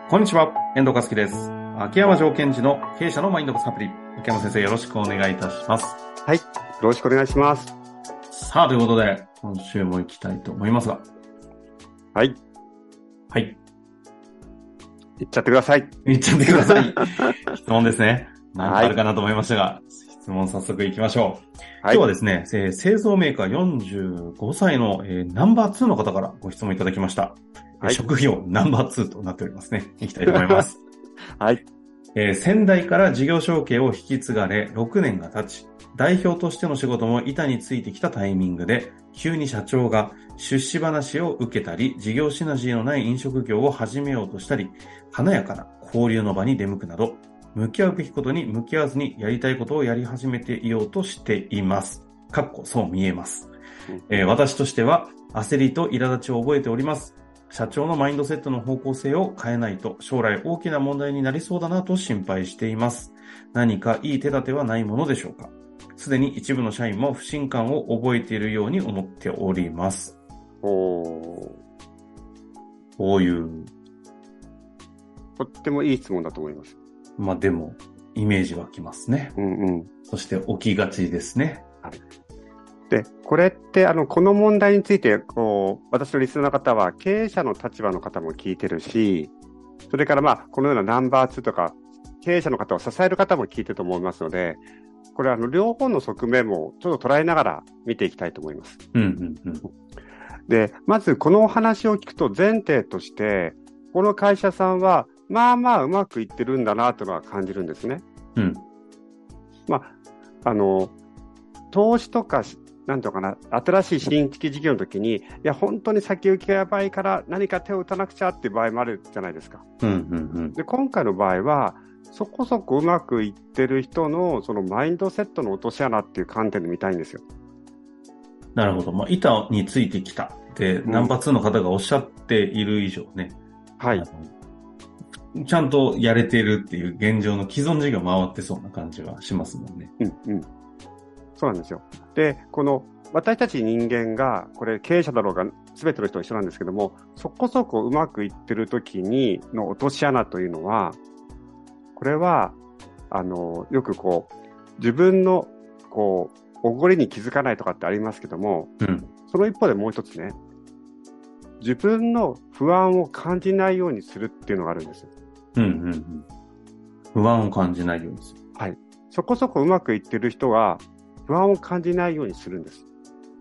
こんにちは、遠藤和樹です。秋山条件時の経営者のマインドサプリ。秋山先生、よろしくお願いいたします。 はい、よろしくお願いします。 さあ、ということで、今週も行きたいと思いますが。 はい。 はい。 行っちゃってください。 行っちゃってください。質問ですね。何かあるかなと思いましたが、質問早速行きましょう。今日はですね、製造メーカー45歳の、ナンバー2の方からご質問いただきました。はい、職業ナンバー2となっておりますね。行きたいと思います。 はい。 先代から事業承継を引き継がれ6年が経ち、代表としての仕事も板についてきたタイミングで、急に社長が出資話を受けたり、事業シナジーのない飲食業を始めようとしたり、華やかな交流の場に出向くなど、向き合うべきことに向き合わずにやりたいことをやり始めていようとしています。そう見えます。私としては焦りと苛立ちを覚えております。社長のマインドセットの方向性を変えないと将来大きな問題になりそうだなと心配しています。何かいい手立てはないものでしょうか。すでに一部の社員も不信感を覚えているように思っております。こういう。 とってもいい質問だと思います。 まあでも、イメージ湧きますね。そして起きがちですね。 はい。で、これって、この問題について、私のリスナーの方は、経営者の立場の方も聞いてるし、それからこのようなナンバー2とか、経営者の方を支える方も聞いてると思いますので、これは両方の側面もちょっと捉えながら見ていきたいと思います。で、まずこのお話を聞くと前提として、この会社さんは、まあまあうまくいってるんだなというのは感じるんですね。投資とか、なんていうのかな、新しい新規事業の時に、いや、本当に先行きがやばいから何か手を打たなくちゃっていう場合もあるじゃないですか。で、今回の場合は、そこそこうまくいってる人のそのマインドセットの落とし穴っていう観点で見たいんですよ。 なるほど。板についてきたってナンバー2の方がおっしゃっている以上ね。 はい。 ちゃんとやれてるっていう現状の既存事業回ってそうな感じはしますもんね。 そうなんですよ。で、この私たち人間が、これ経営者だろうが全ての人は一緒なんですけども、そこそこうまくいってる時にの落とし穴というのは、これは、よく自分のおごりに気づかないとかってありますけども、その一方でもう一つね、自分の不安を感じないようにするっていうのがあるんですよ。 不安を感じないようにする。 はい。そこそこうまくいってる人は、不安を感じないようにするんです。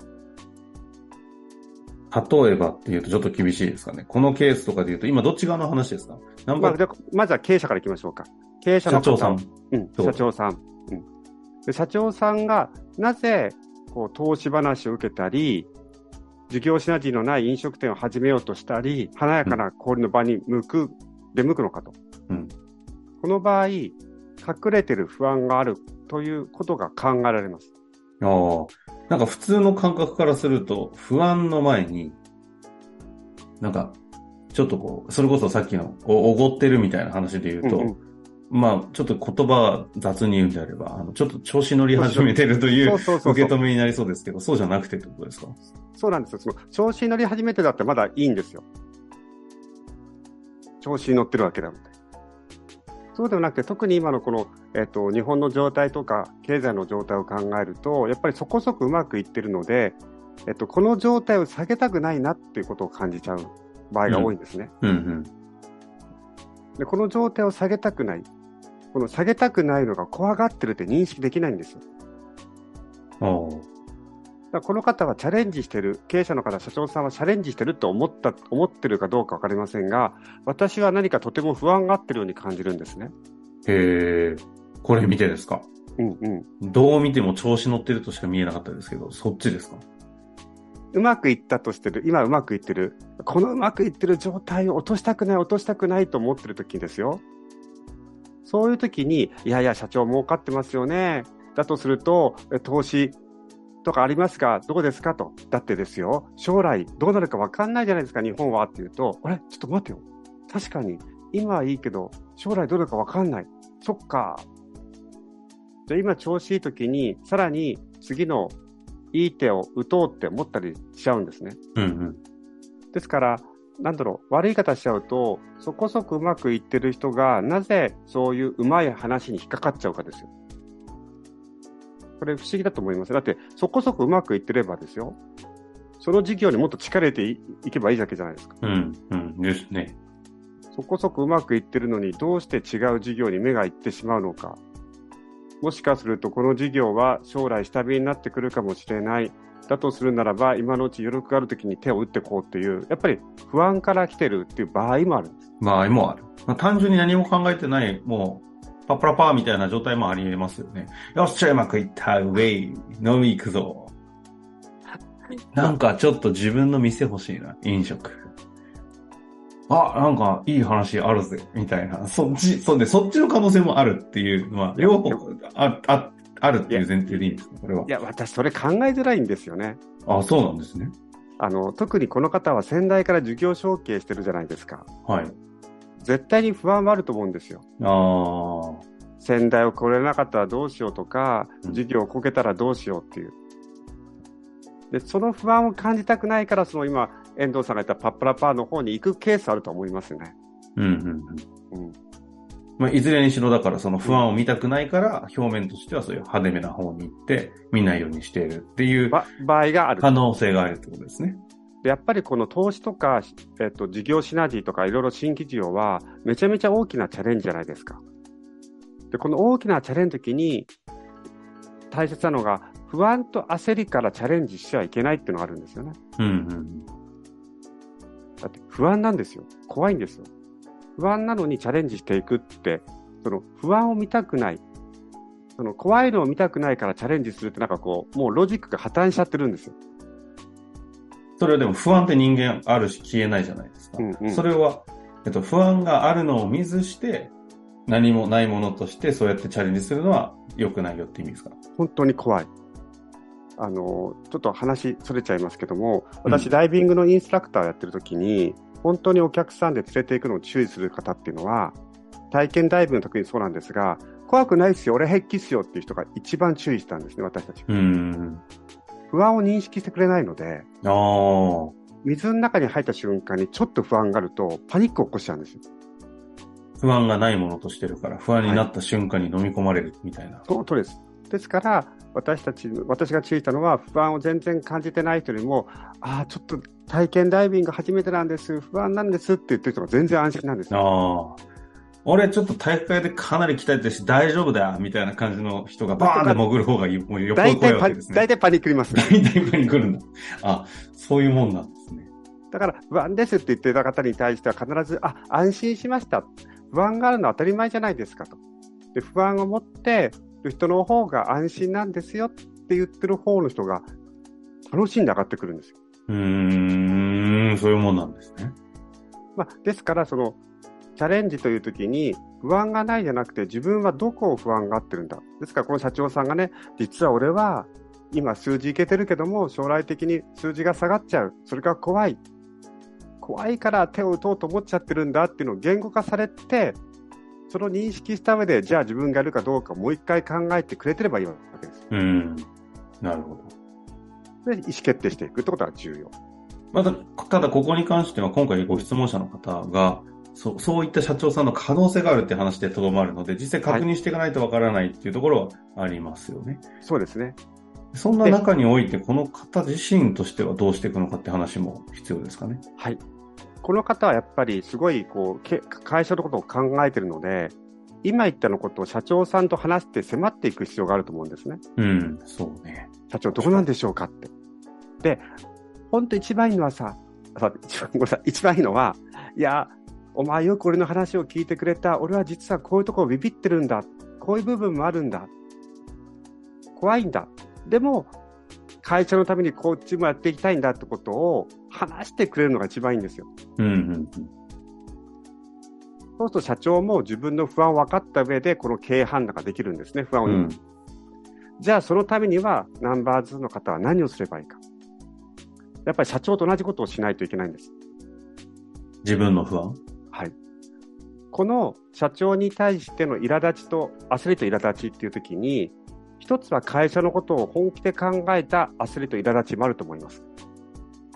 例えばっていうとちょっと厳しいですかね。このケースとかで言うと、今どっち側の話ですか？ まずは経営者からいきましょうか。経営者の方。 社長さん。 社長さん。で、社長さんがなぜ投資話を受けたり、事業シナジーのない飲食店を始めようとしたり、華やかな交流の場に出向くのかと。この場合、隠れてる不安があるということが考えられます。 なんか普通の感覚からすると、不安の前に、なんか、ちょっとそれこそさっきのおごってるみたいな話で言うと、ちょっと言葉は雑に言うんであれば、ちょっと調子乗り始めてるという受け止めになりそうですけど、そうじゃなくてってことですか？ そうなんですよ。調子に乗り始めてだってまだいいんですよ。調子に乗ってるわけなので。そうではなくて、特に今のこの、日本の状態とか経済の状態を考えると、やっぱりそこそこうまくいってるので、この状態を下げたくないなっていうことを感じちゃう場合が多いんですね。で、この状態を下げたくない。この下げたくないのが怖がってるって認識できないんですよ。この方はチャレンジしてる、経営者の方、社長さんはチャレンジしてると思ってるかどうかわかりませんが、私は何かとても不安があってるように感じるんですね。 これ見てですか？どう見ても調子乗ってるとしか見えなかったですけど、そっちですか？ うまくいったとしてる、今うまくいってる、このうまくいってる状態を落としたくないと思ってる時ですよ。そういう時に、いやいや社長儲かってますよね。だとすると、投資とかありますか？どうですかと。だってですよ、将来どうなるか分かんないじゃないですか、日本はっていうと、あれちょっと待ってよ。確かに、今はいいけど、将来どうなるか分かんない。そっか。じゃあ今調子いい時に、さらに次のいい手を打とうって思ったりしちゃうんですね。ですから、 悪い方しちゃうと、そこそこうまくいってる人が、なぜそういううまい話に引っかかっちゃうかですよ。これ不思議だと思います。だって、そこそこうまくいってればですよ。その事業にもっと力入れていけばいいだけじゃないですか。 ですね。 そこそこうまくいってるのに、どうして違う事業に目がいってしまうのか。もしかすると、この事業は将来下火になってくるかもしれない。だとするならば、今のうち余力があるときに手を打ってこうっていう、やっぱり不安から来てるっていう場合もあるんです。 場合もある。単純に何も考えてない、もう、パッパラパーみたいな状態もあり得ますよね。よっしゃ、うまくいった、ウェイ、飲み行くぞ。なんかちょっと自分の店欲しいな、飲食。なんかいい話あるぜ、みたいな。そっちの可能性もあるっていうのは、両方あるっていう前提でいいんですか、これは。 いや、私それ考えづらいんですよね。 そうなんですね。 特にこの方は先代から事業承継してるじゃないですか。 はい。 絶対に不安はあると思うんですよ。先代を来れなかったらどうしようとか、事業をこけたらどうしようっていう。で、その不安を感じたくないから、今、遠藤さんが言ったパッパラパーの方に行くケースあると思いますね。 いずれにしろだからその不安を見たくないから、表面としてはそういう派手めな方に行って見ないようにしているっていう場合がある。可能性があるってことですね。 やっぱりこの投資とか、事業シナジーとかいろいろ新規事業はめちゃめちゃ大きなチャレンジじゃないですか。で、この大きなチャレンジの時に大切なのが不安と焦りからチャレンジしてはいけないっていうのがあるんですよね。だって不安なんですよ。怖いんですよ。不安なのにチャレンジしていくって、その不安を見たくない。その怖いのを見たくないからチャレンジするってもうロジックが破綻しちゃってるんですよ。 それはでも不安って人間あるし消えないじゃないですか。それは、不安があるのを見ずして何もないものとしてそうやってチャレンジするのは良くないよって意味ですか？ 本当に怖い。ちょっと話それちゃいますけども、私ダイビングのインストラクターやってる時に、本当にお客さんで連れて行くのを注意する方っていうのは、体験ダイビングの時にそうなんですが、怖くないっすよ、俺平気っすよっていう人が一番注意したんですね、私たち。不安を認識してくれないので、水の中に入った瞬間にちょっと不安があるとパニックを起こしちゃうんですよ。 不安がないものとしてるから不安になった瞬間に飲み込まれるみたいな。 その通りです。ですから私が注意したのは、不安を全然感じてない人よりも、ちょっと体験ダイビング初めてなんです、不安なんですって言ってる人が全然安心なんですよ。 俺ちょっと体育会でかなり鍛えてるし大丈夫だよみたいな感じの人がバーンって潜る方がいい。もうよっぽど怖いわけですね。 大体パニックります、ね。 大体パニックるんだ。そういうもんなんですね。 だから不安ですって言ってた方に対しては必ず、安心しました。不安があるのは当たり前じゃないですかと。で、不安を持ってる人の方が安心なんですよって言ってる方の人が楽しんで上がってくるんですよ。 そういうもんなんですね。 ですからチャレンジというときに不安がないじゃなくて、自分はどこを不安がってるんだ。ですからこの社長さんがね、実は俺は今数字いけてるけども将来的に数字が下がっちゃう。それが怖いから手を打とうと思っちゃってるんだっていうのを言語化されて、その認識した上で、じゃあ自分がやるかどうかもう一回考えてくれてればいいわけです。 なるほど。で、意思決定していくってことが重要。 ただここに関しては今回ご質問者の方がそういった社長さんの可能性があるって話でとどまるので、実際確認していかないとわからないっていうところはありますよね。 そうですね。 そんな中においてこの方自身としてはどうしていくのかって話も必要ですかね。 はい。この方はやっぱりすごい会社のことを考えているので、今言ったのことを社長さんと話して迫っていく必要があると思うんですね。 そうね。 社長どうなんでしょうかって。で、本当一番いいのは一番いいのは、いや、お前よく俺の話を聞いてくれた。俺は実はこういうところビビってるんだ。こういう部分もあるんだ。怖いんだ。でも、会社のためにこっちもやっていきたいんだってことを話してくれるのが一番いいんですよ。そうすると社長も自分の不安を分かった上でこの経営判断ができるんですね、不安を。じゃあそのためにはナンバー2の方は何をすればいいか。やっぱり社長と同じことをしないといけないんです。 自分の不安？ はい。この社長に対しての苛立ちと焦りと苛立ちっていうときに、一つは会社のことを本気で考えた焦りと苛立ちもあると思います。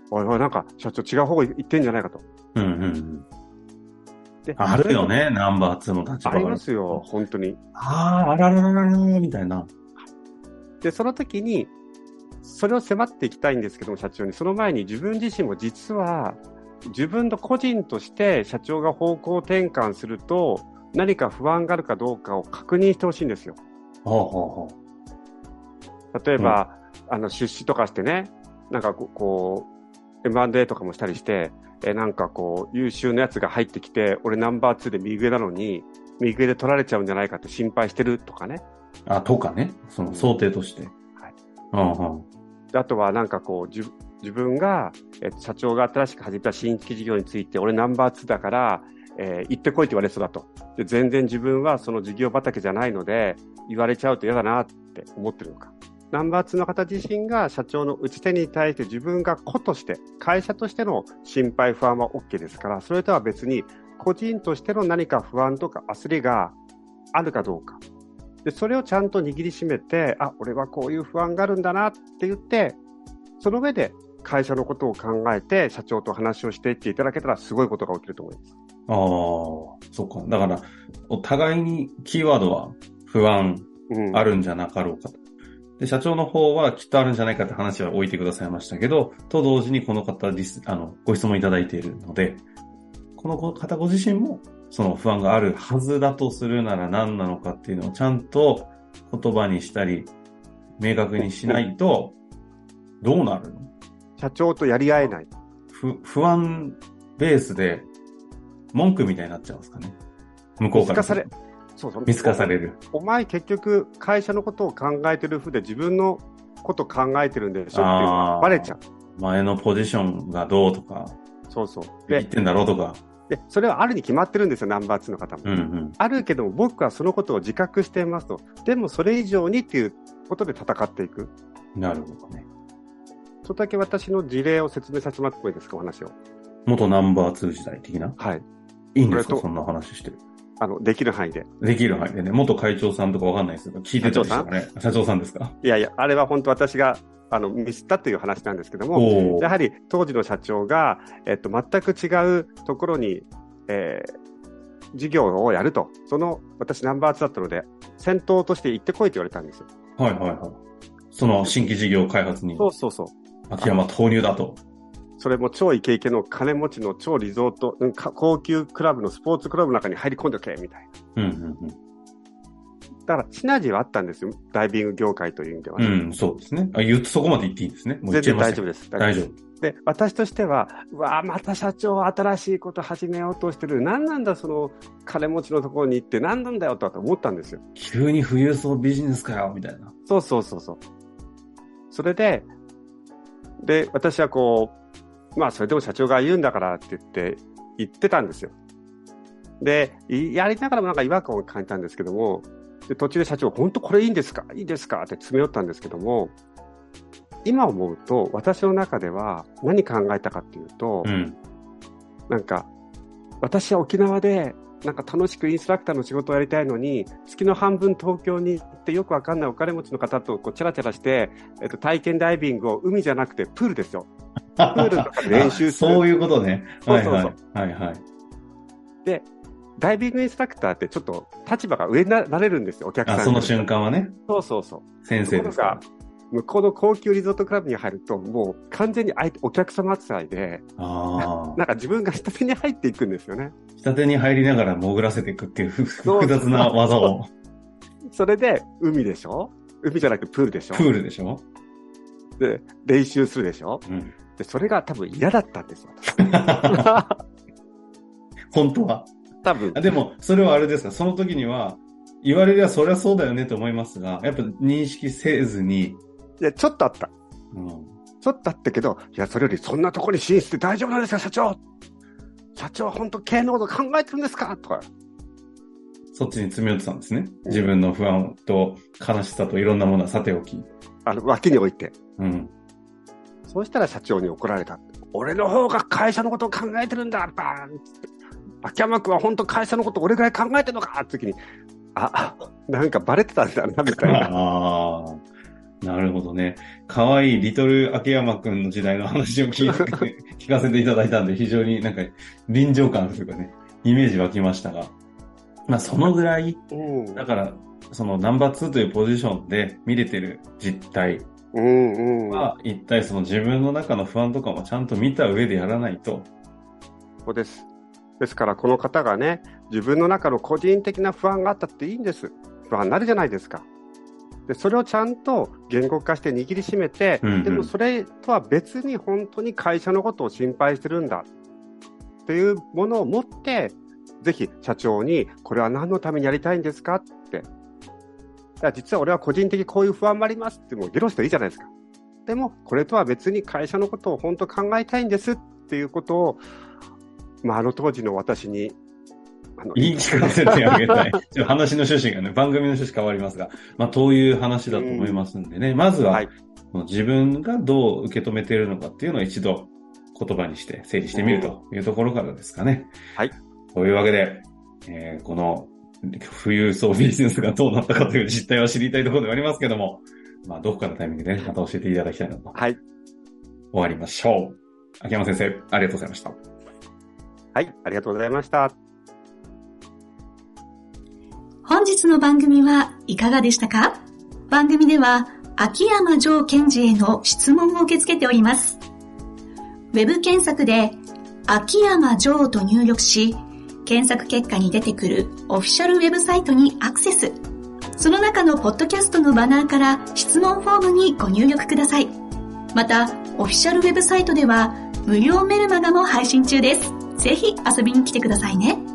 おいおい、なんか社長違う方向行ってんじゃないかと。 うんうんうん。 で、 あるよね、ナンバー2の立場がありますよ、本当に。 ああ、あららららら、みたいな。 で、その時に、それを迫っていきたいんですけども、社長に、その前に自分自身も実は、自分の個人として社長が方向転換すると、何か不安があるかどうかを確認してほしいんですよ。 ほうほうほう。例えば、出資とかしてね、なんかこう、M&A とかもしたりして、なんかこう、優秀なやつが入ってきて、俺ナンバー2で右上なのに、右上で取られちゃうんじゃないかって心配してるとかね。 とかね。その想定として。はい。 あとはなんかこう、自分が、社長が新しく始めた新規事業について、俺ナンバー2だから、行ってこいって言われそうだと。で、全然自分はその事業畑じゃないので、言われちゃうと嫌だなって思ってるのか。ナンバー2の方自身が社長の打ち手に対して自分が個として、会社としての心配不安は OK ですから、それとは別に個人としての何か不安とか焦りがあるかどうか。で、それをちゃんと握りしめて、俺はこういう不安があるんだなって言って、その上で会社のことを考えて社長と話をしていっていただけたらすごいことが起きると思います。 ああ、そうか。だから、お互いにキーワードは不安あるんじゃなかろうかと。で、社長の方はきっとあるんじゃないかって話は置いてくださいましたけど、と同時にこの方ご質問いただいているので、この方ご自身もその不安があるはずだとするなら何なのかっていうのをちゃんと言葉にしたり、明確にしないと、どうなるの？ 社長とやり合えない。 不安ベースで文句みたいになっちゃうんですかね。向こうから。見透かされる。 お前結局会社のことを考えてる風で自分のこと考えてるんでしょっていうのがバレちゃう。 前のポジションがどうとか。 そうそう。 言ってんだろうとか。 で、それはあるに決まってるんですよ、ナンバー2の方も。 うんうん、 あるけども、僕はそのことを自覚していますと。でもそれ以上にっていうことで戦っていく。 なるほどね。 ちょっとだけ私の事例を説明させてもらってもいいですか、お話を。 元ナンバー2時代的な？ はい。 いいんですか、そんな話してる。 できる範囲で。 できる範囲でね。元会長さんとかわかんないですけど、聞いてたでしょうかね。社長さんですか？ いやいや、あれは本当私が、ミスったという話なんですけども、やはり当時の社長が、全く違うところに、事業をやると。私ナンバー2だったので、先頭として行ってこいって言われたんですよ。 はいはいはい。その新規事業開発に。 そう。 秋山投入だと。 それも超イケイケの金持ちの超リゾート、高級クラブのスポーツクラブの中に入り込んでおけ、みたいな。 だから、シナジーはあったんですよ。ダイビング業界という意味では、 ね。そうですね。そこまで言っていいんですね。 もう全然大丈夫です。 大丈夫。 で、私としては、また社長新しいこと始めようとしてる。何なんだ、その金持ちのところに行って何なんだよと思ったんですよ。 急に富裕層ビジネスかよ、みたいな。 そう。それで、私はそれでも社長が言うんだからって言ってたんですよ。で、やりながらもなんか違和感を感じたんですけども、で途中で社長、本当これいいんですかって詰め寄ったんですけども、今思うと私の中では何考えたかっていうと、なんか私は沖縄でなんか楽しくインストラクターの仕事をやりたいのに、月の半分東京に行ってよくわかんないお金持ちの方とチャラチャラして、体験ダイビングを海じゃなくてプールですよ。プールとかで練習する。 そういうことね。 そう。で、ダイビングインストラクターってちょっと立場が上になれるんですよ、お客さん。 その瞬間はね。 そう。 先生ですか。 向こうの高級リゾートクラブに入ると、もう完全にお客様扱いで、なんか自分が下手に入っていくんですよね。 下手に入りながら潜らせていくっていう複雑な技を。 それで、海でしょ？海じゃなくてプールでしょ？ プールでしょ？ で、練習するでしょ？で、それが多分嫌だったんですよ。 本当は。 多分。 でも、それはあれですか、その時には、言われりゃそりゃそうだよねと思いますが、やっぱ認識せずに。 いや、ちょっとあった。ちょっとあったけど、いや、それよりそんなところに進出って大丈夫なんですか、社長。社長は本当経営のこと考えてるんですかとか。 そっちに詰め寄ってたんですね。自分の不安と悲しさといろんなものはさておき。 脇に置いて。そうしたら社長に怒られた。俺の方が会社のことを考えてるんだバーンって。秋山君は本当会社のこと俺ぐらい考えてるのかって時に、なんかバレてたんだな、みたいな。 なるほどね。かわいいリトル秋山くんの時代の話を聞かせていただいたんで、非常になんか臨場感というかね、イメージ湧きましたが。まあそのぐらい、だからそのナンバー2というポジションで見れてる実態は、一体その自分の中の不安とかもちゃんと見た上でやらないと。 そうです。ですからこの方がね、自分の中の個人的な不安があったっていいんです。不安になるじゃないですか。でそれをちゃんと言語化して握りしめて、でもそれとは別に本当に会社のことを心配してるんだっていうものを持って、ぜひ社長にこれは何のためにやりたいんですかって。実は俺は個人的にこういう不安もありますってもう議論していいじゃないですか。でもこれとは別に会社のことを本当考えたいんですっていうことを、あの当時の私に言い聞かせてあげたい。話の趣旨がね、番組の趣旨変わりますが、そういう話だと思いますんでね、まずは、自分がどう受け止めているのかっていうのを一度言葉にして整理してみるというところからですかね。 はい。 というわけで、この富裕層ビジネスがどうなったかという実態を知りたいところではありますけども、どこかのタイミングでね、また教えていただきたいなと。 はい。 終わりましょう。秋山先生、ありがとうございました。 はい、ありがとうございました。 本日の番組はいかがでしたか？番組では秋山城賢治への質問を受け付けております。ウェブ検索で秋山城と入力し、検索結果に出てくるオフィシャルウェブサイトにアクセス。その中のポッドキャストのバナーから質問フォームにご入力ください。また、オフィシャルウェブサイトでは無料メルマガも配信中です。ぜひ遊びに来てくださいね。